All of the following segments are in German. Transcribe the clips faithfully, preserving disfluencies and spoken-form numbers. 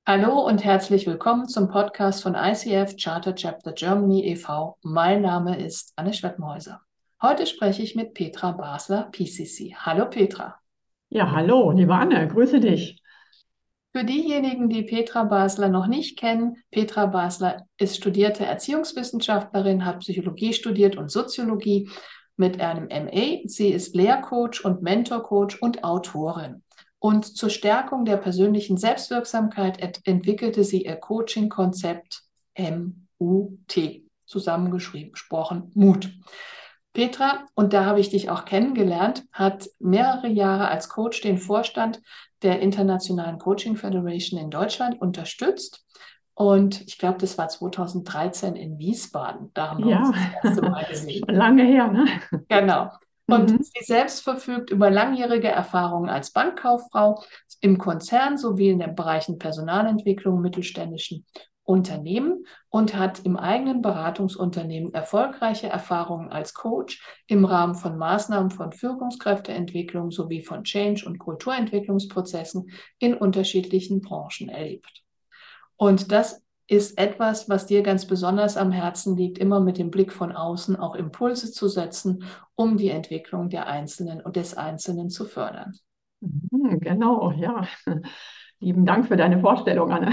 Hallo und herzlich willkommen zum Podcast von I C F Charter Chapter Germany e V. Mein Name ist Anne Schwedmhäuser. Heute spreche ich mit Petra Basler, P C C. Hallo Petra. Ja, hallo, liebe Anne, grüße dich. Für diejenigen, die Petra Basler noch nicht kennen, Petra Basler ist studierte Erziehungswissenschaftlerin, hat Psychologie studiert und Soziologie mit einem M A. Sie ist Lehrcoach und Mentorcoach und Autorin. Und zur Stärkung der persönlichen Selbstwirksamkeit ent entwickelte sie ihr Coaching-Konzept M U T, zusammengeschrieben, gesprochen Mut. Petra, und da habe ich dich auch kennengelernt, hat mehrere Jahre als Coach den Vorstand der Internationalen Coaching Federation in Deutschland unterstützt. Und ich glaube, das war zweitausenddreizehn in Wiesbaden. Da haben wir uns Ja, das erste Mal schon gesehen. lange her, ne? Genau. Und Mhm. sie selbst verfügt über langjährige Erfahrungen als Bankkauffrau im Konzern sowie in den Bereichen Personalentwicklung, mittelständischen Unternehmen und hat im eigenen Beratungsunternehmen erfolgreiche Erfahrungen als Coach im Rahmen von Maßnahmen von Führungskräfteentwicklung sowie von Change- und Kulturentwicklungsprozessen in unterschiedlichen Branchen erlebt. Und das ist etwas, was dir ganz besonders am Herzen liegt, immer mit dem Blick von außen auch Impulse zu setzen, um die Entwicklung der Einzelnen und des Einzelnen zu fördern. Mhm, genau, ja. Lieben Dank für deine Vorstellung, Anne.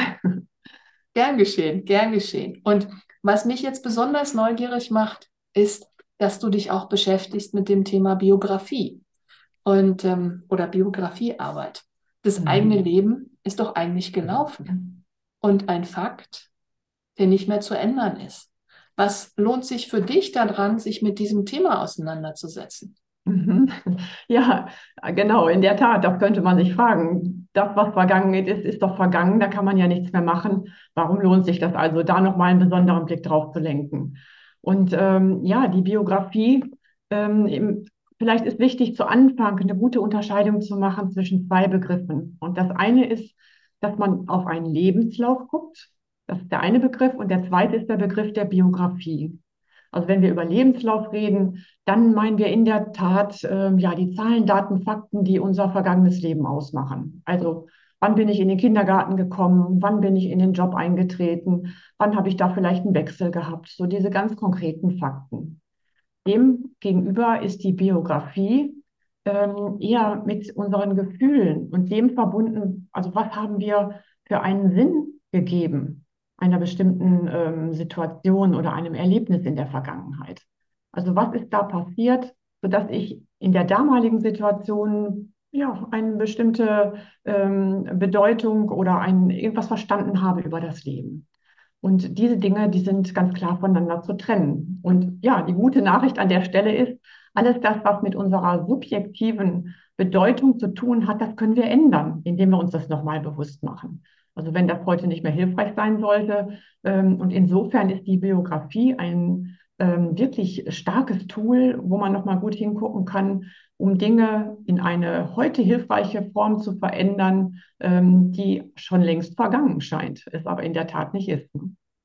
Gern geschehen, gern geschehen. Und was mich jetzt besonders neugierig macht, ist, dass du dich auch beschäftigst mit dem Thema Biografie und ähm, oder Biografiearbeit. Das eigene Mhm. Leben ist doch eigentlich gelaufen. Und ein Fakt, der nicht mehr zu ändern ist. Was lohnt sich für dich daran, sich mit diesem Thema auseinanderzusetzen? Mhm. Ja, genau, in der Tat, das könnte man sich fragen. Das, was vergangen ist, ist doch vergangen, da kann man ja nichts mehr machen. Warum lohnt sich das also, da nochmal einen besonderen Blick drauf zu lenken? Und ähm, ja, die Biografie, ähm, im, vielleicht ist wichtig zu Anfang eine gute Unterscheidung zu machen zwischen zwei Begriffen. Und das eine ist, dass man auf einen Lebenslauf guckt. Das ist der eine Begriff. Und der zweite ist der Begriff der Biografie. Also wenn wir über Lebenslauf reden, dann meinen wir in der Tat ähm, ja die Zahlen, Daten, Fakten, die unser vergangenes Leben ausmachen. Also wann bin ich in den Kindergarten gekommen, wann bin ich in den Job eingetreten, wann habe ich da vielleicht einen Wechsel gehabt, so diese ganz konkreten Fakten. Dem gegenüber ist die Biografie ähm, eher mit unseren Gefühlen und dem verbunden, also was haben wir für einen Sinn gegeben einer bestimmten ähm, Situation oder einem Erlebnis in der Vergangenheit. Also was ist da passiert, sodass ich in der damaligen Situation ja eine bestimmte ähm, Bedeutung oder ein, irgendwas verstanden habe über das Leben. Und diese Dinge, die sind ganz klar voneinander zu trennen. Und ja, die gute Nachricht an der Stelle ist, alles das, was mit unserer subjektiven Bedeutung zu tun hat, das können wir ändern, indem wir uns das nochmal bewusst machen. Also wenn das heute nicht mehr hilfreich sein sollte. Ähm, und insofern ist die Biografie ein ähm, wirklich starkes Tool, wo man nochmal gut hingucken kann, um Dinge in eine heute hilfreiche Form zu verändern, ähm, die schon längst vergangen scheint, es aber in der Tat nicht ist.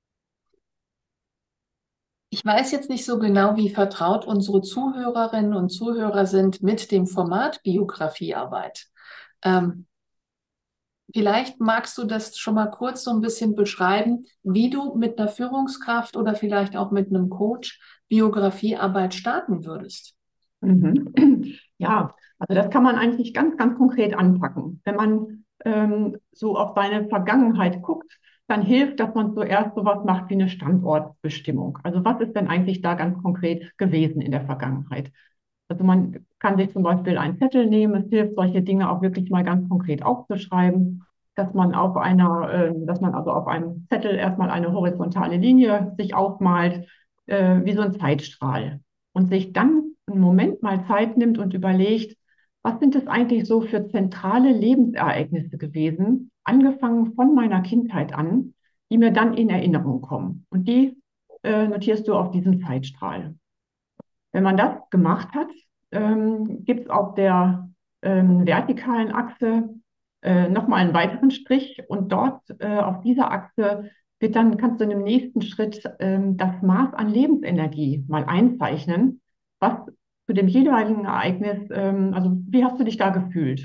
Ich weiß jetzt nicht so genau, wie vertraut unsere Zuhörerinnen und Zuhörer sind mit dem Format Biografiearbeit. Ähm, Vielleicht magst du das schon mal kurz so ein bisschen beschreiben, wie du mit einer Führungskraft oder vielleicht auch mit einem Coach Biografiearbeit starten würdest. Mhm. Ja, also das kann man eigentlich ganz, ganz konkret anpacken. Wenn man ähm, so auf seine Vergangenheit guckt, dann hilft, dass man zuerst sowas macht wie eine Standortbestimmung. Also was ist denn eigentlich da ganz konkret gewesen in der Vergangenheit? Also man kann sich zum Beispiel einen Zettel nehmen. Es hilft, solche Dinge auch wirklich mal ganz konkret aufzuschreiben, dass man auf einer, äh, dass man also auf einem Zettel erstmal eine horizontale Linie sich aufmalt, äh, wie so ein Zeitstrahl und sich dann einen Moment mal Zeit nimmt und überlegt, was sind es eigentlich so für zentrale Lebensereignisse gewesen, angefangen von meiner Kindheit an, die mir dann in Erinnerung kommen. Und die äh, notierst du auf diesem Zeitstrahl. Wenn man das gemacht hat, ähm, gibt es auf der ähm, vertikalen Achse äh, nochmal einen weiteren Strich und dort äh, auf dieser Achse wird dann, kannst du in dem nächsten Schritt ähm, das Maß an Lebensenergie mal einzeichnen, was zu dem jeweiligen Ereignis, ähm, also wie hast du dich da gefühlt?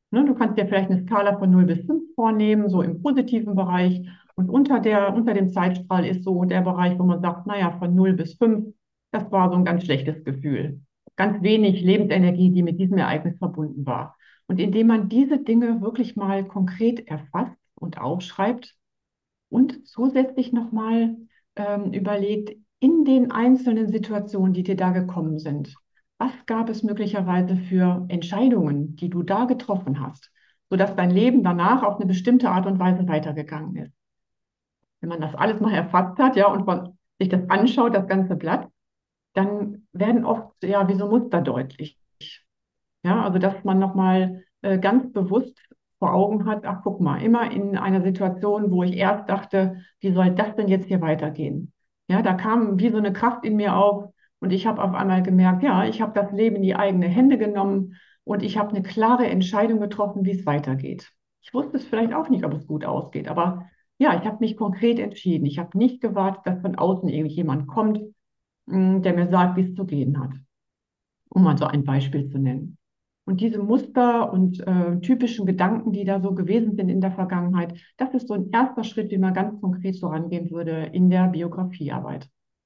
Ne, du kannst dir vielleicht eine Skala von null bis fünf vornehmen, so im positiven Bereich. Und unter der, unter dem Zeitstrahl ist so der Bereich, wo man sagt, naja, von null bis fünf, das war so ein ganz schlechtes Gefühl. Ganz wenig Lebensenergie, die mit diesem Ereignis verbunden war. Und indem man diese Dinge wirklich mal konkret erfasst und aufschreibt und zusätzlich nochmal ähm, überlegt, in den einzelnen Situationen, die dir da gekommen sind, was gab es möglicherweise für Entscheidungen, die du da getroffen hast, sodass dein Leben danach auf eine bestimmte Art und Weise weitergegangen ist. Wenn man das alles mal erfasst hat, ja, und man sich das anschaut, das ganze Blatt, dann werden oft ja wie so Muster deutlich. Ja, also dass man nochmal äh, ganz bewusst vor Augen hat, ach guck mal, immer in einer Situation, wo ich erst dachte, wie soll das denn jetzt hier weitergehen? Ja, da kam wie so eine Kraft in mir auf und ich habe auf einmal gemerkt, ja, ich habe das Leben in die eigenen Hände genommen und ich habe eine klare Entscheidung getroffen, wie es weitergeht. Ich wusste es vielleicht auch nicht, ob es gut ausgeht, aber ja, ich habe mich konkret entschieden. Ich habe nicht gewartet, dass von außen irgendjemand kommt, mh, der mir sagt, wie es zu gehen hat, um mal so ein Beispiel zu nennen. Und diese Muster und äh, typischen Gedanken, die da so gewesen sind in der Vergangenheit, das ist so ein erster Schritt, wie man ganz konkret so rangehen würde in der Biografiearbeit.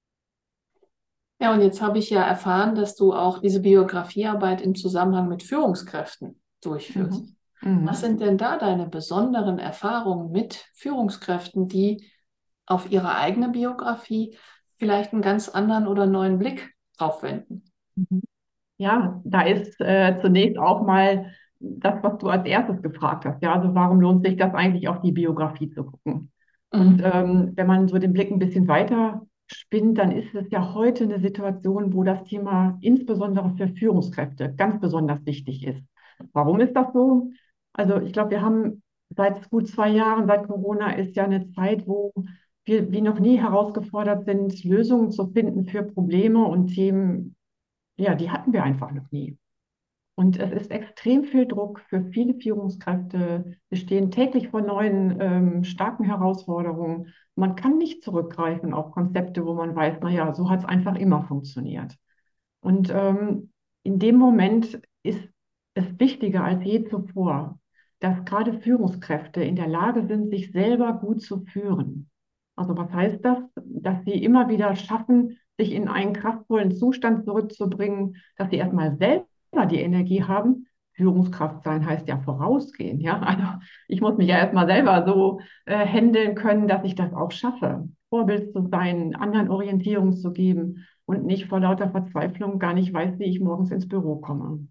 Ja, und jetzt habe ich ja erfahren, dass du auch diese Biografiearbeit im Zusammenhang mit Führungskräften durchführst. Mhm. Was Mhm. sind denn da deine besonderen Erfahrungen mit Führungskräften, die auf ihre eigene Biografie vielleicht einen ganz anderen oder neuen Blick drauf wenden? Mhm. Ja, da ist äh, zunächst auch mal das, was du als erstes gefragt hast. Ja, also warum lohnt sich das eigentlich, auf die Biografie zu gucken? Und Mhm. ähm, wenn man so den Blick ein bisschen weiter spinnt, dann ist es ja heute eine Situation, wo das Thema insbesondere für Führungskräfte ganz besonders wichtig ist. Warum ist das so? Also ich glaube, wir haben seit gut zwei Jahren, seit Corona, ist ja eine Zeit, wo wir wie noch nie herausgefordert sind, Lösungen zu finden für Probleme und Themen, ja, die hatten wir einfach noch nie. Und es ist extrem viel Druck für viele Führungskräfte. Sie stehen täglich vor neuen, ähm, starken Herausforderungen. Man kann nicht zurückgreifen auf Konzepte, wo man weiß, naja, so hat es einfach immer funktioniert. Und ähm, in dem Moment ist es wichtiger als je zuvor, dass gerade Führungskräfte in der Lage sind, sich selber gut zu führen. Also was heißt das? Dass sie immer wieder schaffen, sich in einen kraftvollen Zustand zurückzubringen, dass sie erstmal selber die Energie haben. Führungskraft sein heißt ja vorausgehen, ja. Also ich muss mich ja erstmal selber so äh, handeln können, dass ich das auch schaffe, Vorbild zu sein, anderen Orientierung zu geben und nicht vor lauter Verzweiflung gar nicht weiß, wie ich morgens ins Büro komme.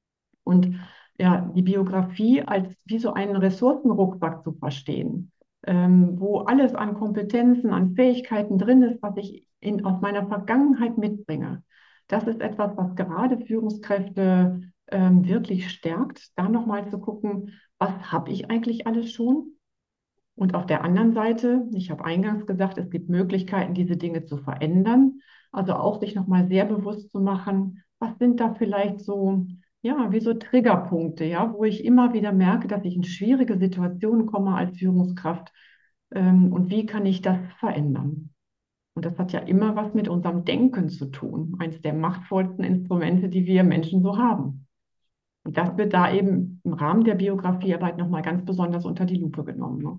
Und ja, die Biografie als wie so einen Ressourcenrucksack zu verstehen, ähm, wo alles an Kompetenzen, an Fähigkeiten drin ist, was ich in, aus meiner Vergangenheit mitbringe. Das ist etwas, was gerade Führungskräfte ähm, wirklich stärkt, da nochmal zu gucken, was habe ich eigentlich alles schon? Und auf der anderen Seite, ich habe eingangs gesagt, es gibt Möglichkeiten, diese Dinge zu verändern. Also auch sich nochmal sehr bewusst zu machen, was sind da vielleicht so, ja, wie so Triggerpunkte, ja, wo ich immer wieder merke, dass ich in schwierige Situationen komme als Führungskraft. Ähm, und wie kann ich das verändern? Und das hat ja immer was mit unserem Denken zu tun. Eines der machtvollsten Instrumente, die wir Menschen so haben. Und das wird da eben im Rahmen der Biografiearbeit nochmal ganz besonders unter die Lupe genommen. Ne?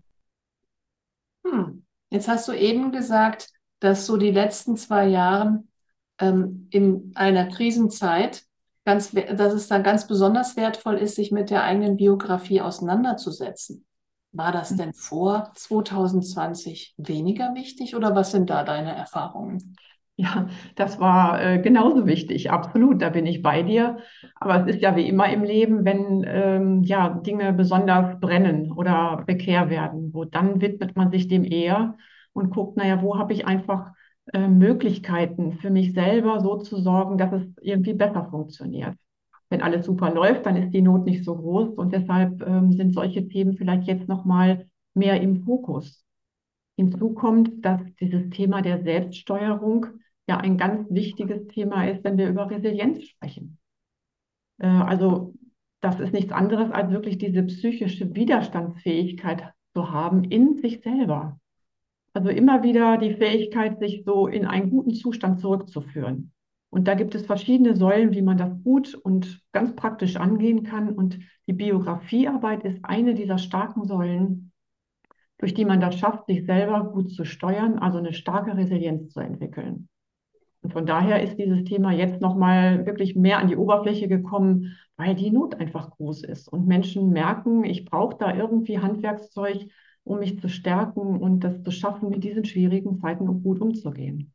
Hm. Jetzt hast du eben gesagt, dass so die letzten zwei Jahre ähm, in einer Krisenzeit ganz, we- dass es dann ganz besonders wertvoll ist, sich mit der eigenen Biografie auseinanderzusetzen. War das denn vor zwanzig zwanzig weniger wichtig oder was sind da deine Erfahrungen? Ja, das war äh, genauso wichtig, absolut, da bin ich bei dir. Aber es ist ja wie immer im Leben, wenn ähm, ja, Dinge besonders brennen oder prekär werden, wo dann widmet man sich dem eher und guckt, naja, wo habe ich einfach äh, Möglichkeiten für mich selber so zu sorgen, dass es irgendwie besser funktioniert. Wenn alles super läuft, dann ist die Not nicht so groß und deshalb ähm, sind solche Themen vielleicht jetzt noch mal mehr im Fokus. Hinzu kommt, dass dieses Thema der Selbststeuerung ja ein ganz wichtiges Thema ist, wenn wir über Resilienz sprechen. Äh, also das ist nichts anderes, als wirklich diese psychische Widerstandsfähigkeit zu haben in sich selber. Also immer wieder die Fähigkeit, sich so in einen guten Zustand zurückzuführen Und da gibt es verschiedene Säulen, wie man das gut und ganz praktisch angehen kann. Und die Biografiearbeit ist eine dieser starken Säulen, durch die man das schafft, sich selber gut zu steuern, also eine starke Resilienz zu entwickeln. Und von daher ist dieses Thema jetzt nochmal wirklich mehr an die Oberfläche gekommen, weil die Not einfach groß ist. Und Menschen merken, ich brauche da irgendwie Handwerkszeug, um mich zu stärken und das zu schaffen, mit diesen schwierigen Zeiten gut umzugehen.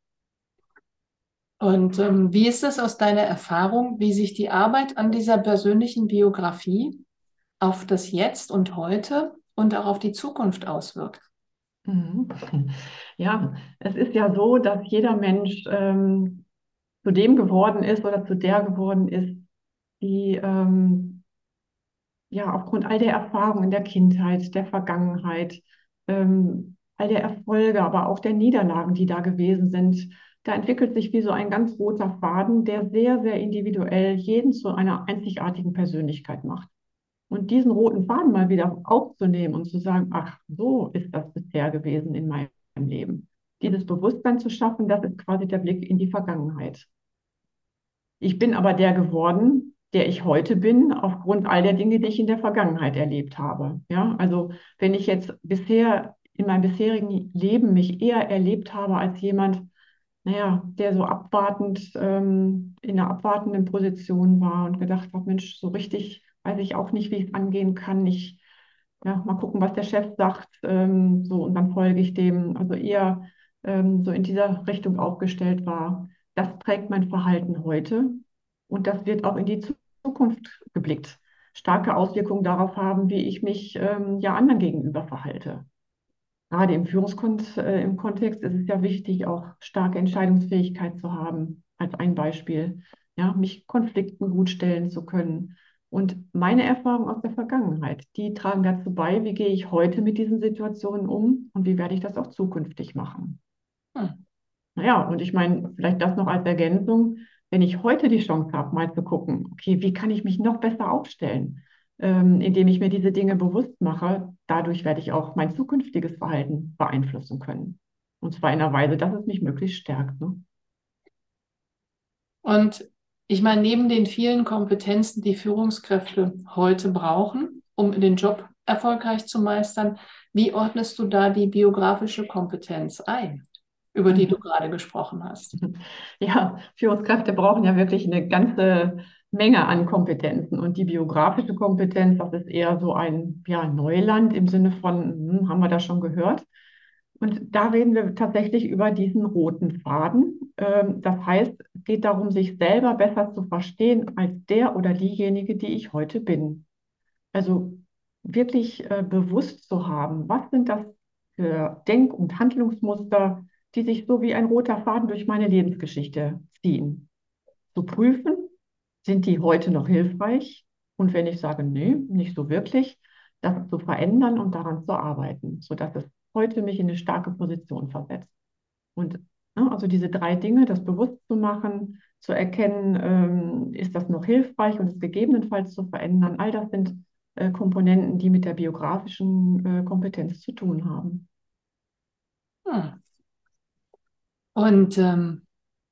Und ähm, wie ist es aus deiner Erfahrung, wie sich die Arbeit an dieser persönlichen Biografie auf das Jetzt und Heute und auch auf die Zukunft auswirkt? Mhm. Ja, es ist ja so, dass jeder Mensch ähm, zu dem geworden ist oder zu der geworden ist, die ähm, ja aufgrund all der Erfahrungen in der Kindheit, der Vergangenheit, ähm, all der Erfolge, aber auch der Niederlagen, die da gewesen sind, da entwickelt sich wie so ein ganz roter Faden, der sehr, sehr individuell jeden zu einer einzigartigen Persönlichkeit macht. Und diesen roten Faden mal wieder aufzunehmen und zu sagen, ach, so ist das bisher gewesen in meinem Leben. Dieses Bewusstsein zu schaffen, das ist quasi der Blick in die Vergangenheit. Ich bin aber der geworden, der ich heute bin, aufgrund all der Dinge, die ich in der Vergangenheit erlebt habe. Ja, also wenn ich jetzt bisher in meinem bisherigen Leben mich eher erlebt habe als jemand, naja, der so abwartend ähm, in einer abwartenden Position war und gedacht hat, Mensch, so richtig weiß ich auch nicht, wie ich es angehen kann. Ich, ja, mal gucken, was der Chef sagt, ähm, so und dann folge ich dem. Also eher ähm, so in dieser Richtung aufgestellt war. Das prägt mein Verhalten heute und das wird auch in die Zukunft geblickt. Starke Auswirkungen darauf haben, wie ich mich ähm, ja anderen gegenüber verhalte. Gerade im Führungskont äh, im Kontext ist es ja wichtig, auch starke Entscheidungsfähigkeit zu haben, als ein Beispiel. Ja, mich Konflikten gut stellen zu können. Und meine Erfahrungen aus der Vergangenheit, die tragen dazu bei, wie gehe ich heute mit diesen Situationen um und wie werde ich das auch zukünftig machen. Hm. Naja, und ich meine, vielleicht das noch als Ergänzung, wenn ich heute die Chance habe, mal zu gucken, okay, wie kann ich mich noch besser aufstellen, ähm, indem ich mir diese Dinge bewusst mache, dadurch werde ich auch mein zukünftiges Verhalten beeinflussen können. Und zwar in einer Weise, dass es mich möglichst stärkt. Ne? Und ich meine, neben den vielen Kompetenzen, die Führungskräfte heute brauchen, um den Job erfolgreich zu meistern, wie ordnest du da die biografische Kompetenz ein, über die du Mhm. gerade gesprochen hast? Ja, Führungskräfte brauchen ja wirklich eine ganze Menge an Kompetenzen. Und die biografische Kompetenz, das ist eher so ein ja, Neuland im Sinne von, hm, haben wir das schon gehört? Und da reden wir tatsächlich über diesen roten Faden. Ähm, Das heißt, es geht darum, sich selber besser zu verstehen als der oder diejenige, die ich heute bin. Also wirklich äh, bewusst zu haben, was sind das für Denk- und Handlungsmuster, die sich so wie ein roter Faden durch meine Lebensgeschichte ziehen. Zu prüfen, sind die heute noch hilfreich? Und wenn ich sage, nee, nicht so wirklich, das zu verändern und daran zu arbeiten, sodass es heute mich in eine starke Position versetzt. Und ne, also diese drei Dinge, das bewusst zu machen, zu erkennen, ähm, ist das noch hilfreich und es gegebenenfalls zu verändern, all das sind äh, Komponenten, die mit der biografischen äh, Kompetenz zu tun haben. Hm. Und ähm,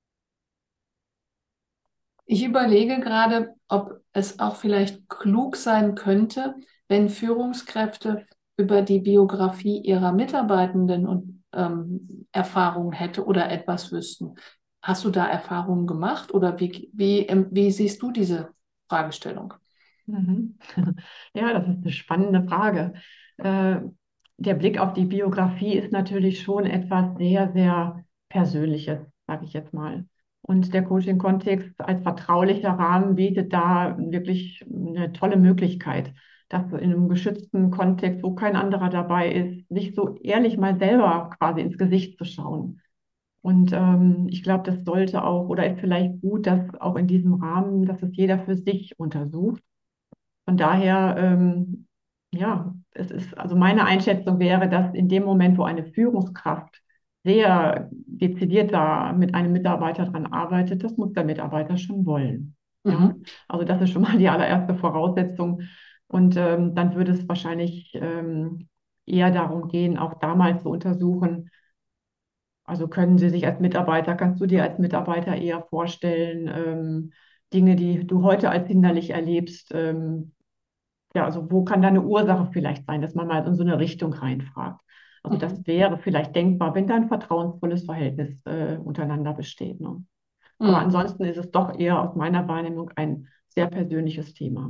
ich überlege gerade, ob es auch vielleicht klug sein könnte, wenn Führungskräfte über die Biografie ihrer Mitarbeitenden und ähm, Erfahrungen hätte oder etwas wüssten. Hast du da Erfahrungen gemacht oder wie, wie, ähm, wie siehst du diese Fragestellung? Mhm. Ja, das ist eine spannende Frage. Äh, Der Blick auf die Biografie ist natürlich schon etwas sehr, sehr Persönliches, sage ich jetzt mal. Und der Coaching-Kontext als vertraulicher Rahmen bietet da wirklich eine tolle Möglichkeit, dass du in einem geschützten Kontext, wo kein anderer dabei ist, sich so ehrlich mal selber quasi ins Gesicht zu schauen. Und ähm, ich glaube, das sollte auch oder ist vielleicht gut, dass auch in diesem Rahmen, dass es jeder für sich untersucht. Von daher, ähm, ja, es ist, also meine Einschätzung wäre, dass in dem Moment, wo eine Führungskraft sehr dezidiert da mit einem Mitarbeiter dran arbeitet, das muss der Mitarbeiter schon wollen. Ja, Mhm. also das ist schon mal die allererste Voraussetzung. Und ähm, dann würde es wahrscheinlich ähm, eher darum gehen, auch da mal zu untersuchen, Also können Sie sich als Mitarbeiter, kannst du dir als Mitarbeiter eher vorstellen, ähm, Dinge, die du heute als hinderlich erlebst, ähm, ja, also wo kann da eine Ursache vielleicht sein, dass man mal in so eine Richtung reinfragt. Also das Mhm. wäre vielleicht denkbar, wenn da ein vertrauensvolles Verhältnis äh, untereinander besteht. Ne? Aber Mhm. ansonsten ist es doch eher aus meiner Wahrnehmung ein sehr persönliches Thema.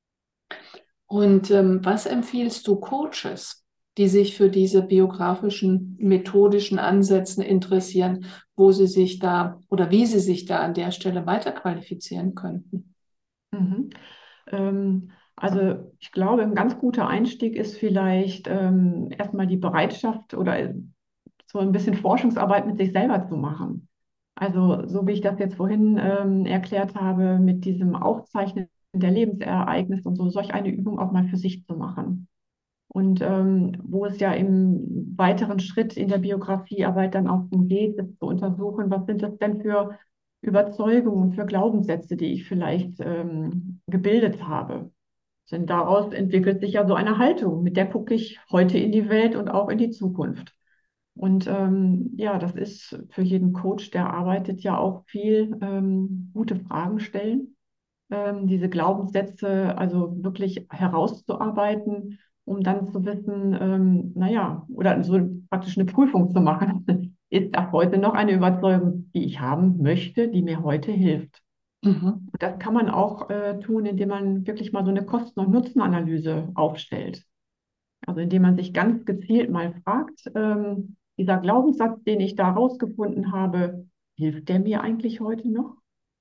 Und ähm, was empfiehlst du Coaches, die sich für diese biografischen, methodischen Ansätze interessieren, wo sie sich da oder wie sie sich da an der Stelle weiterqualifizieren könnten? Mhm. Ähm, also ich glaube, ein ganz guter Einstieg ist vielleicht ähm, erstmal die Bereitschaft oder so ein bisschen Forschungsarbeit mit sich selber zu machen. Also so wie ich das jetzt vorhin ähm, erklärt habe, mit diesem Aufzeichnen der Lebensereignisse und so, solch eine Übung auch mal für sich zu machen. Und ähm, wo es ja im weiteren Schritt in der Biografiearbeit dann auch darum geht, ist zu untersuchen, was sind das denn für Überzeugungen, für Glaubenssätze, die ich vielleicht ähm, gebildet habe. Denn daraus entwickelt sich ja so eine Haltung, mit der gucke ich heute in die Welt und auch in die Zukunft. Und ähm, ja, das ist für jeden Coach, der arbeitet, ja auch viel ähm, gute Fragen stellen, ähm, diese Glaubenssätze also wirklich herauszuarbeiten, um dann zu wissen, ähm, naja, oder so praktisch eine Prüfung zu machen. Ist das heute noch eine Überzeugung, die ich haben möchte, die mir heute hilft? Mhm. Und das kann man auch äh, tun, indem man wirklich mal so eine Kosten- und Nutzenanalyse aufstellt. Also indem man sich ganz gezielt mal fragt, ähm, dieser Glaubenssatz, den ich da rausgefunden habe, hilft der mir eigentlich heute noch?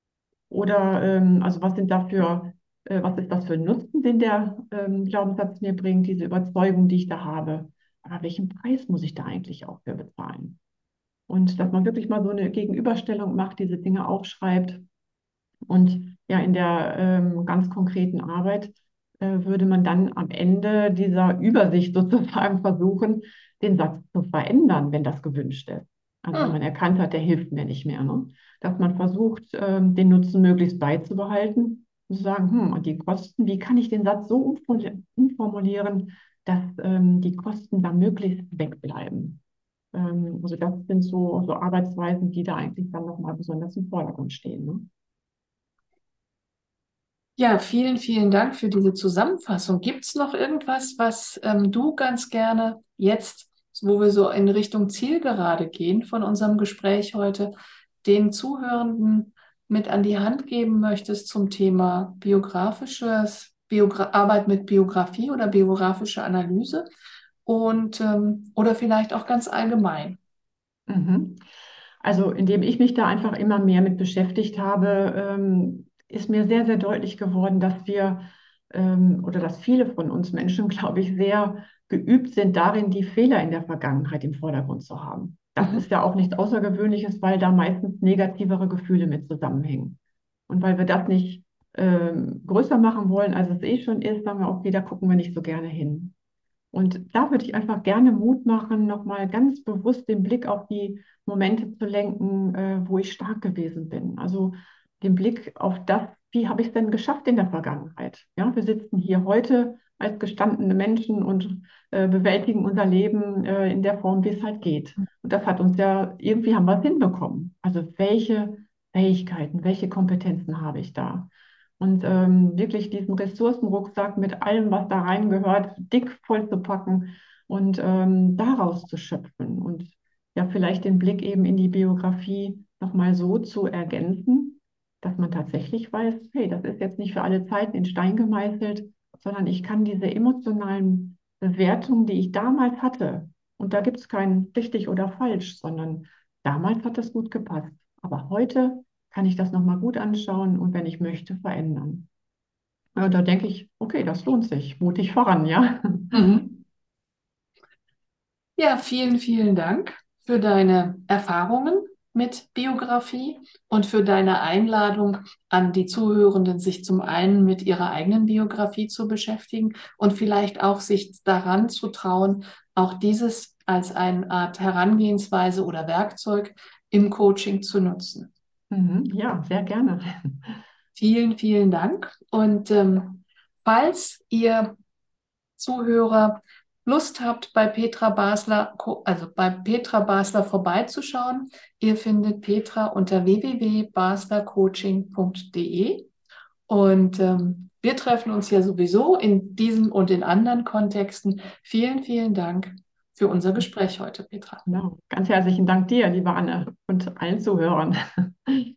Oder ähm, also was sind dafür, äh, was ist das für ein Nutzen, den der ähm, Glaubenssatz mir bringt, diese Überzeugung, die ich da habe? Aber welchen Preis muss ich da eigentlich auch für bezahlen? Und dass man wirklich mal so eine Gegenüberstellung macht, diese Dinge aufschreibt und ja, in der ähm, ganz konkreten Arbeit äh, würde man dann am Ende dieser Übersicht sozusagen versuchen, den Satz zu verändern, wenn das gewünscht ist. Also wenn man Mhm. erkannt hat, der hilft mir nicht mehr. Ne? Dass man versucht, ähm, den Nutzen möglichst beizubehalten und zu sagen, hm, und die Kosten, wie kann ich den Satz so umformulieren, umformulieren, dass ähm, die Kosten da möglichst wegbleiben. Ähm, also das sind so, so Arbeitsweisen, die da eigentlich dann nochmal besonders im Vordergrund stehen. Ne? Ja, vielen, vielen Dank für diese Zusammenfassung. Gibt es noch irgendwas, was ähm, du ganz gerne jetzt, wo wir so in Richtung Zielgerade gehen von unserem Gespräch heute, den Zuhörenden mit an die Hand geben möchtest zum Thema biografisches, Biogra Arbeit mit Biografie oder biografische Analyse und ähm, oder vielleicht auch ganz allgemein? Mhm. Also indem ich mich da einfach immer mehr mit beschäftigt habe, ähm, ist mir sehr, sehr deutlich geworden, dass wir ähm, oder dass viele von uns Menschen, glaube ich, sehr geübt sind darin, die Fehler in der Vergangenheit im Vordergrund zu haben. Das ist Mhm. ja auch nichts Außergewöhnliches, weil da meistens negativere Gefühle mit zusammenhängen. Und weil wir das nicht ähm, größer machen wollen, als es eh schon ist, sagen wir, okay, da gucken wir nicht so gerne hin. Und da würde ich einfach gerne Mut machen, nochmal ganz bewusst den Blick auf die Momente zu lenken, äh, wo ich stark gewesen bin. Also den Blick auf das, wie habe ich es denn geschafft in der Vergangenheit? Ja, wir sitzen hier heute als gestandene Menschen und äh, bewältigen unser Leben äh, in der Form, wie es halt geht. Und das hat uns ja, irgendwie haben wir es hinbekommen. Also welche Fähigkeiten, welche Kompetenzen habe ich da? Und ähm, wirklich diesen Ressourcenrucksack mit allem, was da reingehört, dick voll zu packen und ähm, daraus zu schöpfen und ja, vielleicht den Blick eben in die Biografie nochmal so zu ergänzen, dass man tatsächlich weiß, hey, das ist jetzt nicht für alle Zeiten in Stein gemeißelt, sondern ich kann diese emotionalen Bewertungen, die ich damals hatte, und da gibt es kein richtig oder falsch, sondern damals hat das gut gepasst. Aber heute kann ich das nochmal gut anschauen und wenn ich möchte, verändern. Ja, da denke ich, okay, das lohnt sich. Mutig voran, ja. Mhm. Ja, vielen, vielen Dank für deine Erfahrungen mit Biografie und für deine Einladung an die Zuhörenden, sich zum einen mit ihrer eigenen Biografie zu beschäftigen und vielleicht auch sich daran zu trauen, auch dieses als eine Art Herangehensweise oder Werkzeug im Coaching zu nutzen. Mhm, ja, sehr gerne. Vielen, vielen Dank. Und ähm, falls ihr Zuhörer Lust habt, bei Petra Basler, ko- also bei Petra Basler vorbeizuschauen, ihr findet Petra unter w w w punkt basler coaching punkt d e. Und ähm, wir treffen uns ja sowieso in diesem und in anderen Kontexten. Vielen, vielen Dank für unser Gespräch heute, Petra. Genau. Ganz herzlichen Dank dir, liebe Anne, und allen Zuhörern.